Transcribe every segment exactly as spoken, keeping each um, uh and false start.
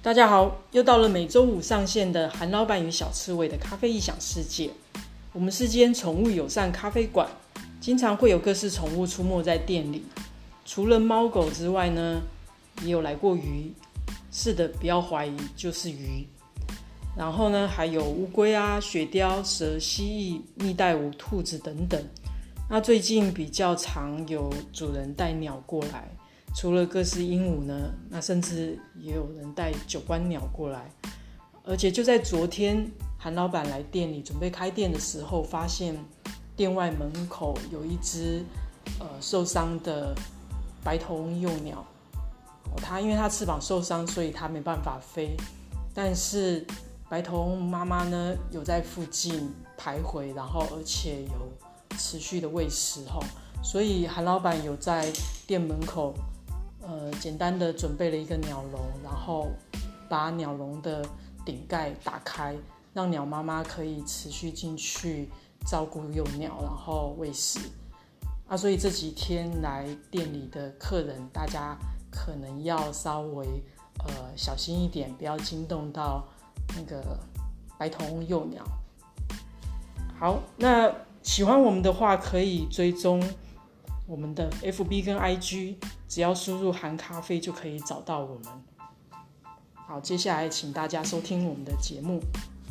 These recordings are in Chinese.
大家好，又到了每周五上线的韩老板与小刺猬的咖啡异想世界。我们是间宠物友善咖啡馆，经常会有各式宠物出没在店里。除了猫狗之外呢，也有来过鱼。是的，不要怀疑，就是鱼。然后呢，还有乌龟啊、雪貂、蛇、蜥蜴、蜜袋鼯、兔子等等。那最近比较常有主人带鸟过来。除了各式鹦鹉呢，那甚至也有人带九官鸟过来。而且就在昨天，韩老板来店里准备开店的时候，发现店外门口有一只、呃、受伤的白头翁幼鸟、哦、它因为它翅膀受伤，所以它没办法飞。但是白头翁妈妈呢，有在附近徘徊，然后而且有持续的喂食、哦、所以韩老板有在店门口呃，简单的准备了一个鸟笼，然后把鸟笼的顶盖打开，让鸟妈妈可以持续进去照顾幼鸟，然后喂食。啊，所以这几天来店里的客人，大家可能要稍微呃小心一点，不要惊动到那个白头翁幼鸟。好，那喜欢我们的话，可以追踪我们的 F B 跟 I G， 只要输入韩咖啡就可以找到我们。好，接下来请大家收听我们的节目。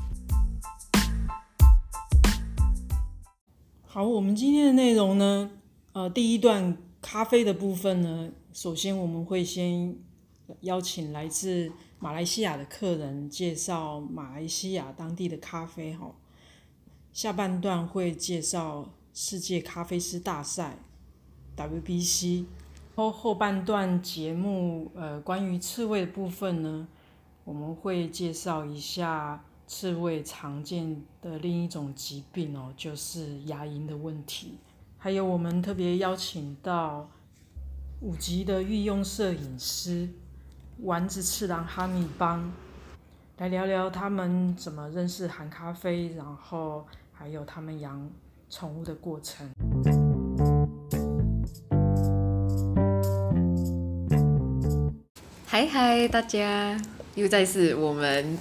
好，我们今天的内容呢，呃，第一段咖啡的部分呢，首先我们会先邀请来自马来西亚的客人介绍马来西亚当地的咖啡。下半段会介绍世界咖啡师大赛W B C， 后后半段节目，呃，关于刺猬的部分呢，我们会介绍一下刺猬常见的另一种疾病哦，就是牙龈的问题。还有我们特别邀请到五级的御用摄影师丸子次郎哈密邦来聊聊他们怎么认识韩咖啡，然后还有他们养宠物的过程。 嗨嗨，大家，又再是我们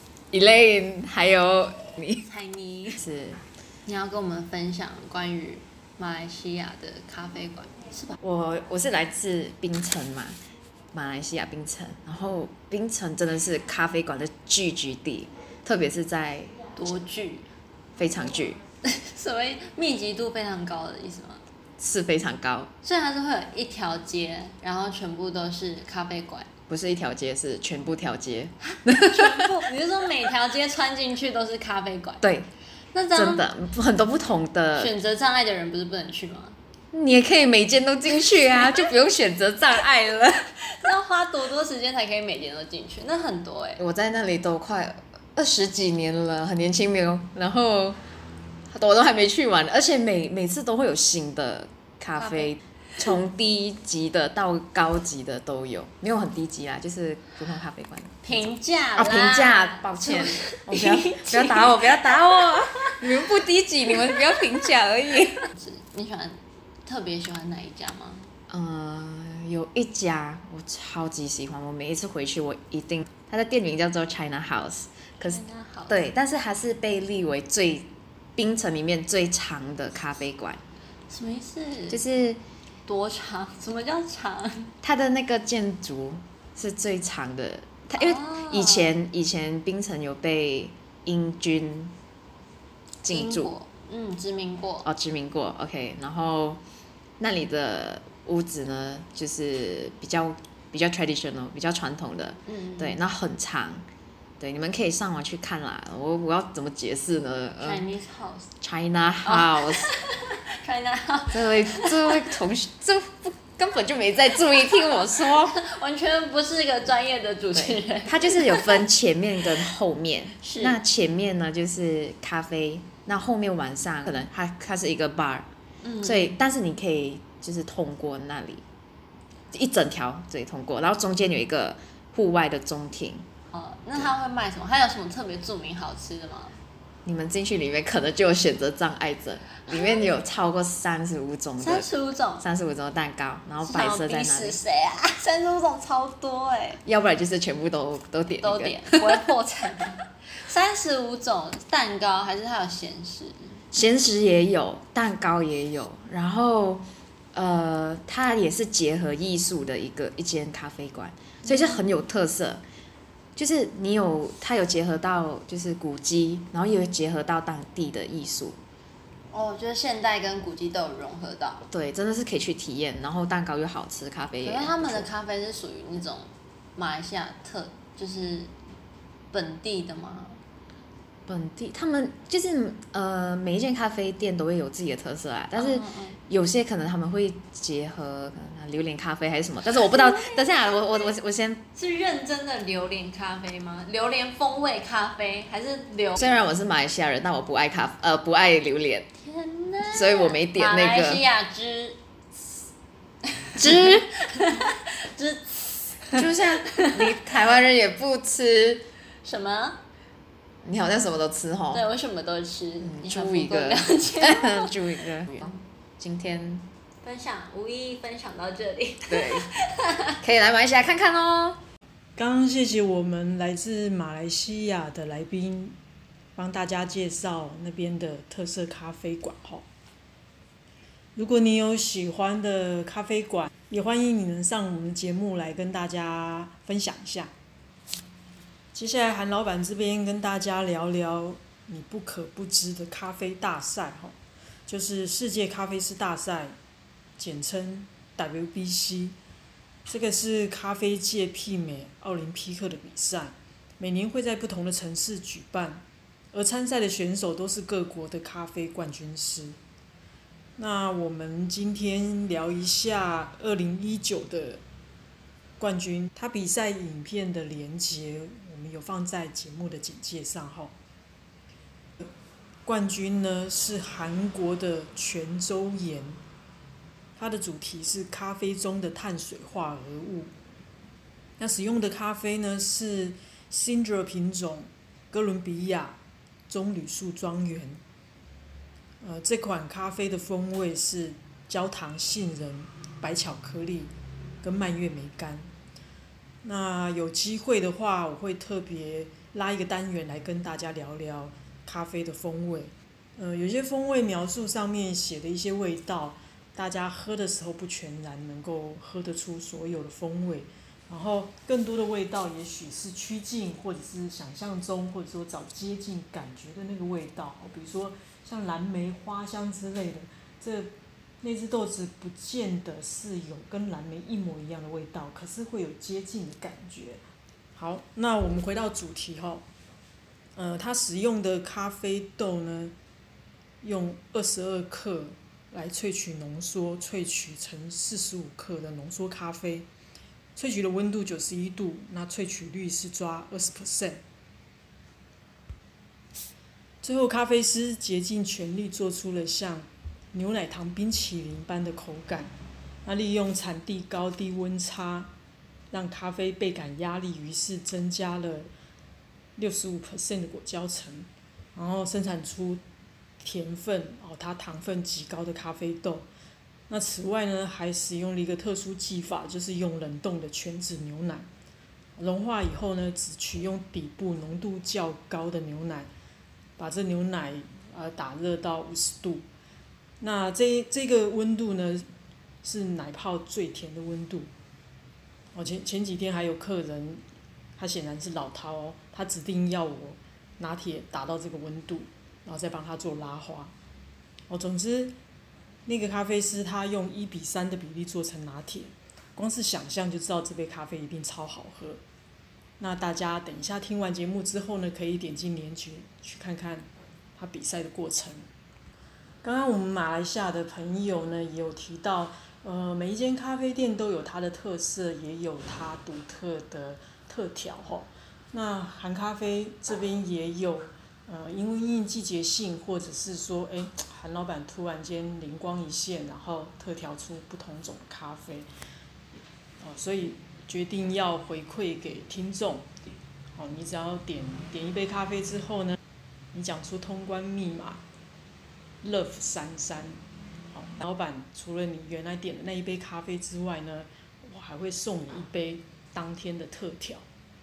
Elaine 还有你彩妮， 是你要跟我们分享关于马来西亚的咖啡馆是吧？ 我，我是来自槟城嘛，马来西亚槟城，然后槟城真的是咖啡馆的聚集地，特别是在多聚， 非常聚， 所谓密集度非常高的意思吗？ 是非常高， 所以它是会有一条街，然后全部都是咖啡馆。 不是一条街，是全部条街。 全部，你是说每条街穿进去都是咖啡馆？ 对， 那这样真的很多不同的。 选择障碍的人不是不能去吗？ 你也可以每间都进去啊，就不用选择障碍了。 要花多多时间才可以每间都进去？那很多哎、欸。 我在那里都快二十几年了，很年轻没有，然后我都还没去完，而且每每次都会有新的咖啡。从低级的到高级的都有，没有很低级啦，就是普通咖啡馆。 平价啦， 啊，平价，抱歉，我不要不要打我，不要打我，你们不低级，你们不要平价而已。 你喜欢特别喜欢哪一家吗？ 呃，有一家我超级喜欢，我每一次回去我一定，它的店名叫做 China House， 可是对，但是它是被立为最槟城里面最长的咖啡馆。 什么意思？ 就是多长？什么叫长？ 它的那个建筑是最长的，它因为以前、哦、以前槟城有被英军进驻， 嗯，殖民过。 哦，殖民过 ，OK， 然后那里的屋子呢，就是比较比较 traditional， 比较传统的，嗯，对，那很长。对，你们可以上网去看啦。我我要怎么解释呢 ？Chinese house。 China house。 China house。 这位这位同学，这不根本就没在注意听我说， 完全不是一个专业的主持人。 他就是有分前面跟后面。 是。 那前面呢就是咖啡，那后面晚上可能它它是一个 bar，嗯，所以但是你可以就是通过那里一整条可以通过，然后中间有一个户外的中庭。 哦，那他会卖什么？还有什么特别著名好吃的吗？ 你们进去里面可能就有选择障碍症，里面有超过三十五种的三十五种， 三十五种的蛋糕，然后摆设在那里。 是谁啊？三十五种超多哎、欸！ 要不然就是全部都都点一个都点，不会破产。三十五种蛋糕还是它有咸食？ 咸食也有，蛋糕也有，然后呃，它也是结合艺术的一个一间咖啡馆，所以就很有特色。就是你有它有结合到就是古迹，然后也有结合到当地的艺术。 哦，我觉得现代跟古迹都有融合到。 对，真的是可以去体验，然后蛋糕又好吃，咖啡也。 可是他们的咖啡是属于那种马来西亚特，就是本地的吗？ 本地他们就是呃，每一间咖啡店都会有自己的特色啊，但是有些可能他们会结合可能榴莲咖啡还是什么，但是我不知道。等一下，我我我我先。 是认真的榴莲咖啡吗？榴莲风味咖啡还是榴？ 虽然我是马来西亚人，但我不爱咖呃不爱榴莲， 天哪！ 所以我没点那个。 马来西亚之之之， 就像你台湾人也不吃什么？ 你好像什么都吃吼。 对，我什么都吃。 嗯，注一个，注一个。今天分享无意分享到这里。 对，可以来马来西亚看看哦。 刚刚谢谢我们来自马来西亚的来宾，帮大家介绍那边的特色咖啡馆吼。如果你有喜欢的咖啡馆，也欢迎你能上我们节目来跟大家分享一下。接下来韩老板这边跟大家聊聊你不可不知的咖啡大赛吼，就是世界咖啡师大赛，简称 W B C。这个是咖啡界媲美奥林匹克的比赛，每年会在不同的城市举办，而参赛的选手都是各国的咖啡冠军师。那我们今天聊一下二零一九的冠军，他比赛影片的连结我们有放在节目的简介上吼。冠军呢是韩国的全周妍，它的主题是咖啡中的碳水化合物。那使用的咖啡呢是 Sindra 品种，哥伦比亚棕榈树庄园。呃，这款咖啡的风味是焦糖杏仁、白巧克力跟蔓越莓干。那有机会的话，我会特别拉一个单元来跟大家聊聊咖啡的风味。呃，有些风味描述上面写的一些味道，大家喝的时候不全然能够喝得出所有的风味，然后更多的味道也许是趋近或者是想象中，或者说找接近感觉的那个味道，比如说像蓝莓、花香之类的，这那只豆子不见得是有跟蓝莓一模一样的味道，可是会有接近的感觉。好，那我们回到主题哈，呃，它使用的咖啡豆呢，用二十二克来萃取浓缩，萃取成四十五克的浓缩咖啡，萃取的温度九十一度，那萃取率是抓 百分之二十。最后，咖啡师竭尽全力做出了像牛奶糖冰淇淋般的口感。那利用产地高低温差，让咖啡倍感压力，于是增加了 百分之六十五 的果胶层，然后生产出甜分哦，它糖分极高的咖啡豆。那此外呢，还使用了一个特殊技法，就是用冷冻的全脂牛奶，融化以后呢，只取用底部浓度较高的牛奶。把这牛奶呃打热到五十度，那这这个温度呢是奶泡最甜的温度。我前前几天还有客人，他显然是老饕哦，他指定要我拿铁打到这个温度，然后再帮他做拉花。哦，总之那个咖啡师他用一比三的比例做成拿铁，光是想象就知道这杯咖啡一定超好喝。那大家等一下听完节目之后呢，可以点进链接去看看他比赛的过程。刚刚我们马来西亚的朋友呢也有提到，呃，每一间咖啡店都有它的特色，也有它独特的特调吼。那韩咖啡这边也有，呃，因为因季节性，或者是说，哎，韩老板突然间灵光一现，然后特调出不同种的咖啡，哦、呃，所以决定要回馈给听众。哦，你只要点点一杯咖啡之后呢， 你讲出通关密码 Love 三三，好，老板除了你原来点的那一杯咖啡之外呢，我还会送你一杯当天的特调。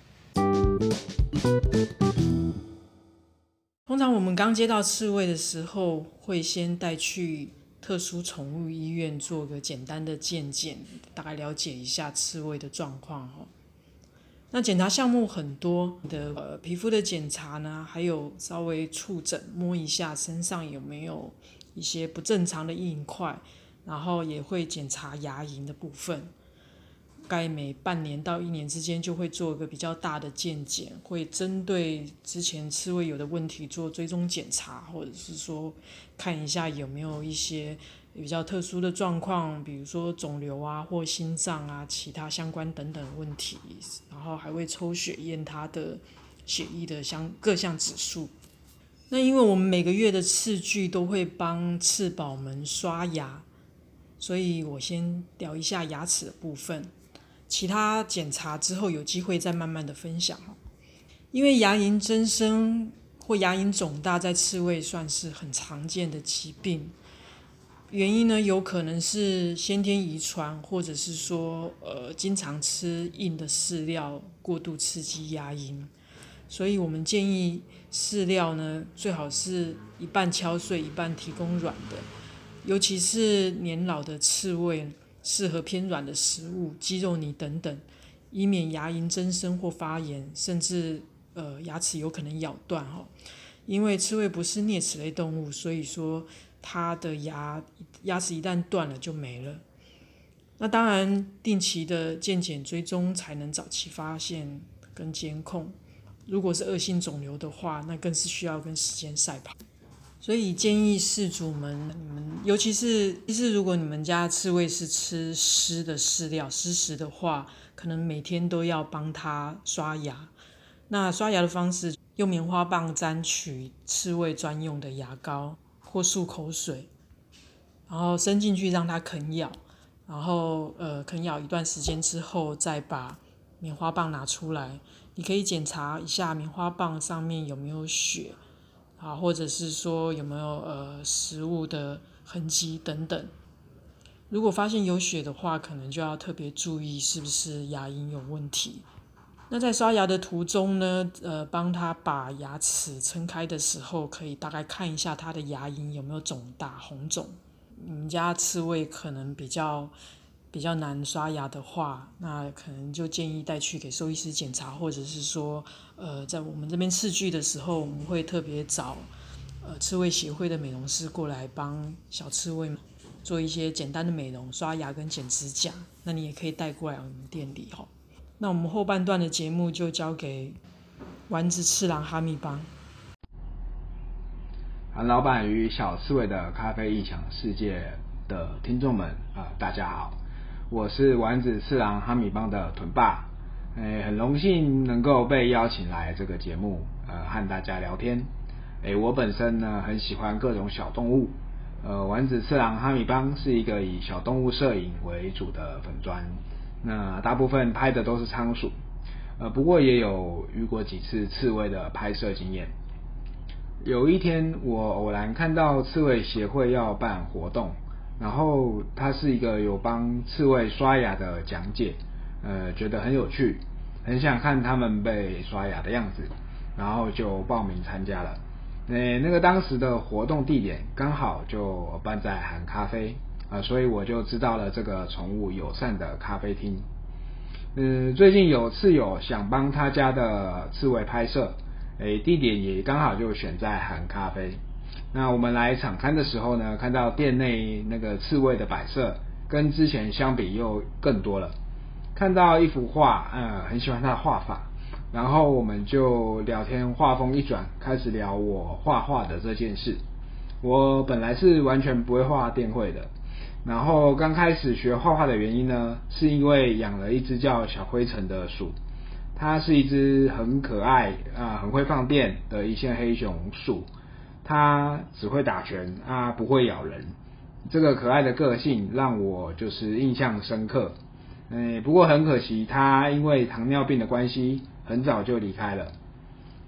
通常我们刚接到刺猬的时候，会先带去特殊宠物医院做个简单的健检，大概了解一下刺猬的状况。那检查项目很多，你的、呃、皮肤的检查呢，还有稍微触诊摸一下身上有没有一些不正常的硬块，然后也会检查牙龈的部分。大概每半年到一年之间就会做一个比较大的健检，会针对之前刺猬有的问题做追踪检查，或者是说看一下有没有一些比较特殊的状况，比如说肿瘤啊或心脏啊其他相关等等问题，然后还会抽血验它的血液的相各项指数。那因为我们每个月的刺具都会帮刺宝们刷牙，所以我先聊一下牙齿的部分，其他检查之后有机会再慢慢的分享。因为牙龈增生或牙龈肿大在刺猬算是很常见的疾病，原因呢有可能是先天遗传，或者是说呃经常吃硬的饲料过度刺激牙龈，所以我们建议饲料呢最好是一半敲碎一半提供软的，尤其是年老的刺猬适合偏软的食物，鸡肉泥等等，以免牙龈增生或发炎，甚至呃牙齿有可能咬断。因为刺猬不是啮齿类动物，所以说它的牙牙齿一旦断了就没了。那当然定期的健检追踪才能早期发现跟监控，如果是恶性肿瘤的话，那更是需要跟时间赛跑。所以建议饲主们，你们尤其是其实如果你们家刺猬是吃湿的饲料湿食的话，可能每天都要帮它刷牙。那刷牙的方式，用棉花棒沾取刺猬专用的牙膏或漱口水，然后伸进去让它啃咬，然后呃啃咬一段时间之后，再把棉花棒拿出来，你可以检查一下棉花棒上面有没有血。啊，或者是说有没有呃食物的痕迹等等。如果发现有血的话，可能就要特别注意是不是牙龈有问题。那在刷牙的途中呢，呃，帮他把牙齿撑开的时候，可以大概看一下他的牙龈有没有肿大、红肿。你们家刺猬可能比较比较难刷牙的话，那可能就建议带去给兽医师检查，或者是说，呃，在我们这边刺具的时候，我们会特别找呃刺猬协会的美容师过来帮小刺猬做一些简单的美容、刷牙跟剪指甲。那你也可以带过来我们店里哈。那我们后半段的节目就交给丸子次郎哈密帮。 韩老板与小刺猬的咖啡异想世界的听众们啊、呃，大家好。我是丸子次郎哈密帮的屯爸，诶，很荣幸能够被邀请来这个节目，呃，和大家聊天。诶，我本身呢很喜欢各种小动物，呃，丸子次郎哈密帮是一个以小动物摄影为主的粉专，那大部分拍的都是仓鼠，呃，不过也有遇过几次刺猬的拍摄经验。有一天，我偶然看到刺猬协会要办活动。然后它是一个有帮刺猬刷牙的讲解，呃，觉得很有趣，很想看他们被刷牙的样子，然后就报名参加了。那那个当时的活动地点刚好就办在韩咖啡啊、呃，所以我就知道了这个宠物友善的咖啡厅。嗯、呃，最近有次友想帮他家的刺猬拍摄，诶，地点也刚好就选在韩咖啡。那我们来场勘的时候呢，看到店内那个刺猬的摆设跟之前相比又更多了。看到一幅画，呃，很喜欢它的画法，然后我们就聊天，话锋一转，开始聊我画画的这件事。我本来是完全不会画电绘的，然后刚开始学画画的原因呢，是因为养了一只叫小灰尘的鼠，它是一只很可爱啊、呃，很会放电的一线黑熊鼠。它只会打拳啊，不会咬人。这个可爱的个性让我就是印象深刻。嗯，不过很可惜，它因为糖尿病的关系，很早就离开了。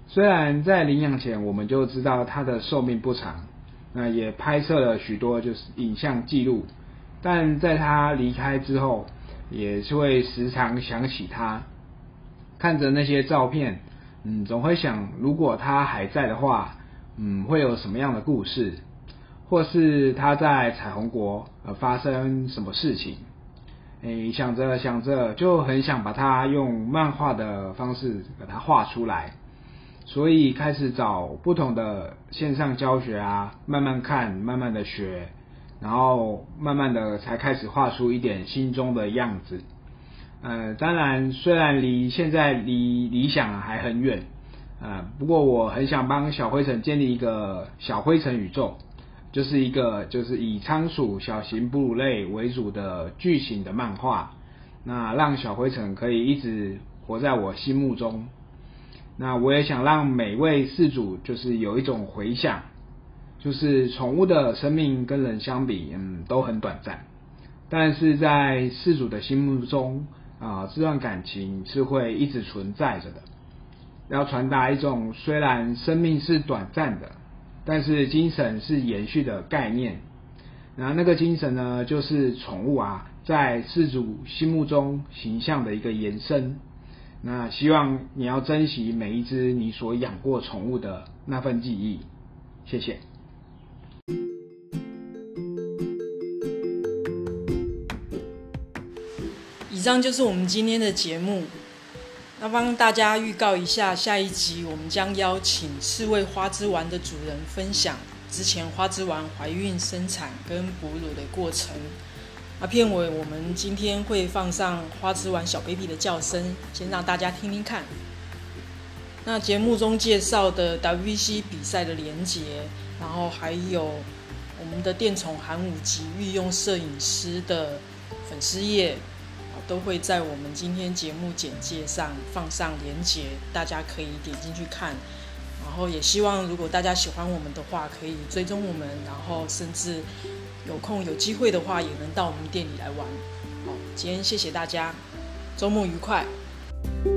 虽然在领养前我们就知道它的寿命不长，那也拍摄了许多就是影像记录，但在它离开之后，也是会时常想起它，看着那些照片，嗯，总会想，如果它还在的话，嗯，会有什么样的故事，或是它在彩虹国呃发生什么事情。诶，想着想着就很想把它用漫画的方式把它画出来，所以开始找不同的线上教学啊，慢慢看，慢慢的学，然后慢慢的才开始画出一点心中的样子。呃，当然，虽然离现在离理想还很远，呃，不过我很想帮小灰尘建立一个小灰尘宇宙。就是一个就是以仓鼠、小型哺乳类为主的剧情的漫画，那让小灰尘可以一直活在我心目中。那我也想让每位饲主就是有一种回响，就是宠物的生命跟人相比，嗯，都很短暂，但是在饲主的心目中啊、呃，这段感情是会一直存在着的。要传达一种虽然生命是短暂的，但是精神是延续的概念。那那个精神呢，就是宠物啊，在饲主心目中形象的一个延伸。那希望你要珍惜每一只你所养过宠物的那份记忆。谢谢。 以上就是我们今天的节目。那帮大家预告一下，下一集我们将邀请四位花枝丸的主人分享之前花枝丸怀孕、生产跟哺乳的过程。那片尾我们今天会放上花枝丸小 baby 的叫声，先让大家听听看。那节目中介绍的 W B C 比赛的连结，然后还有我们的电宠寒武纪御用摄影师的粉丝页，都会在我们今天节目简介上放上连结，大家可以点进去看。然后也希望如果大家喜欢我们的话，可以追踪我们，然后甚至有空有机会的话，也能到我们店里来玩。好，今天谢谢大家，周末愉快。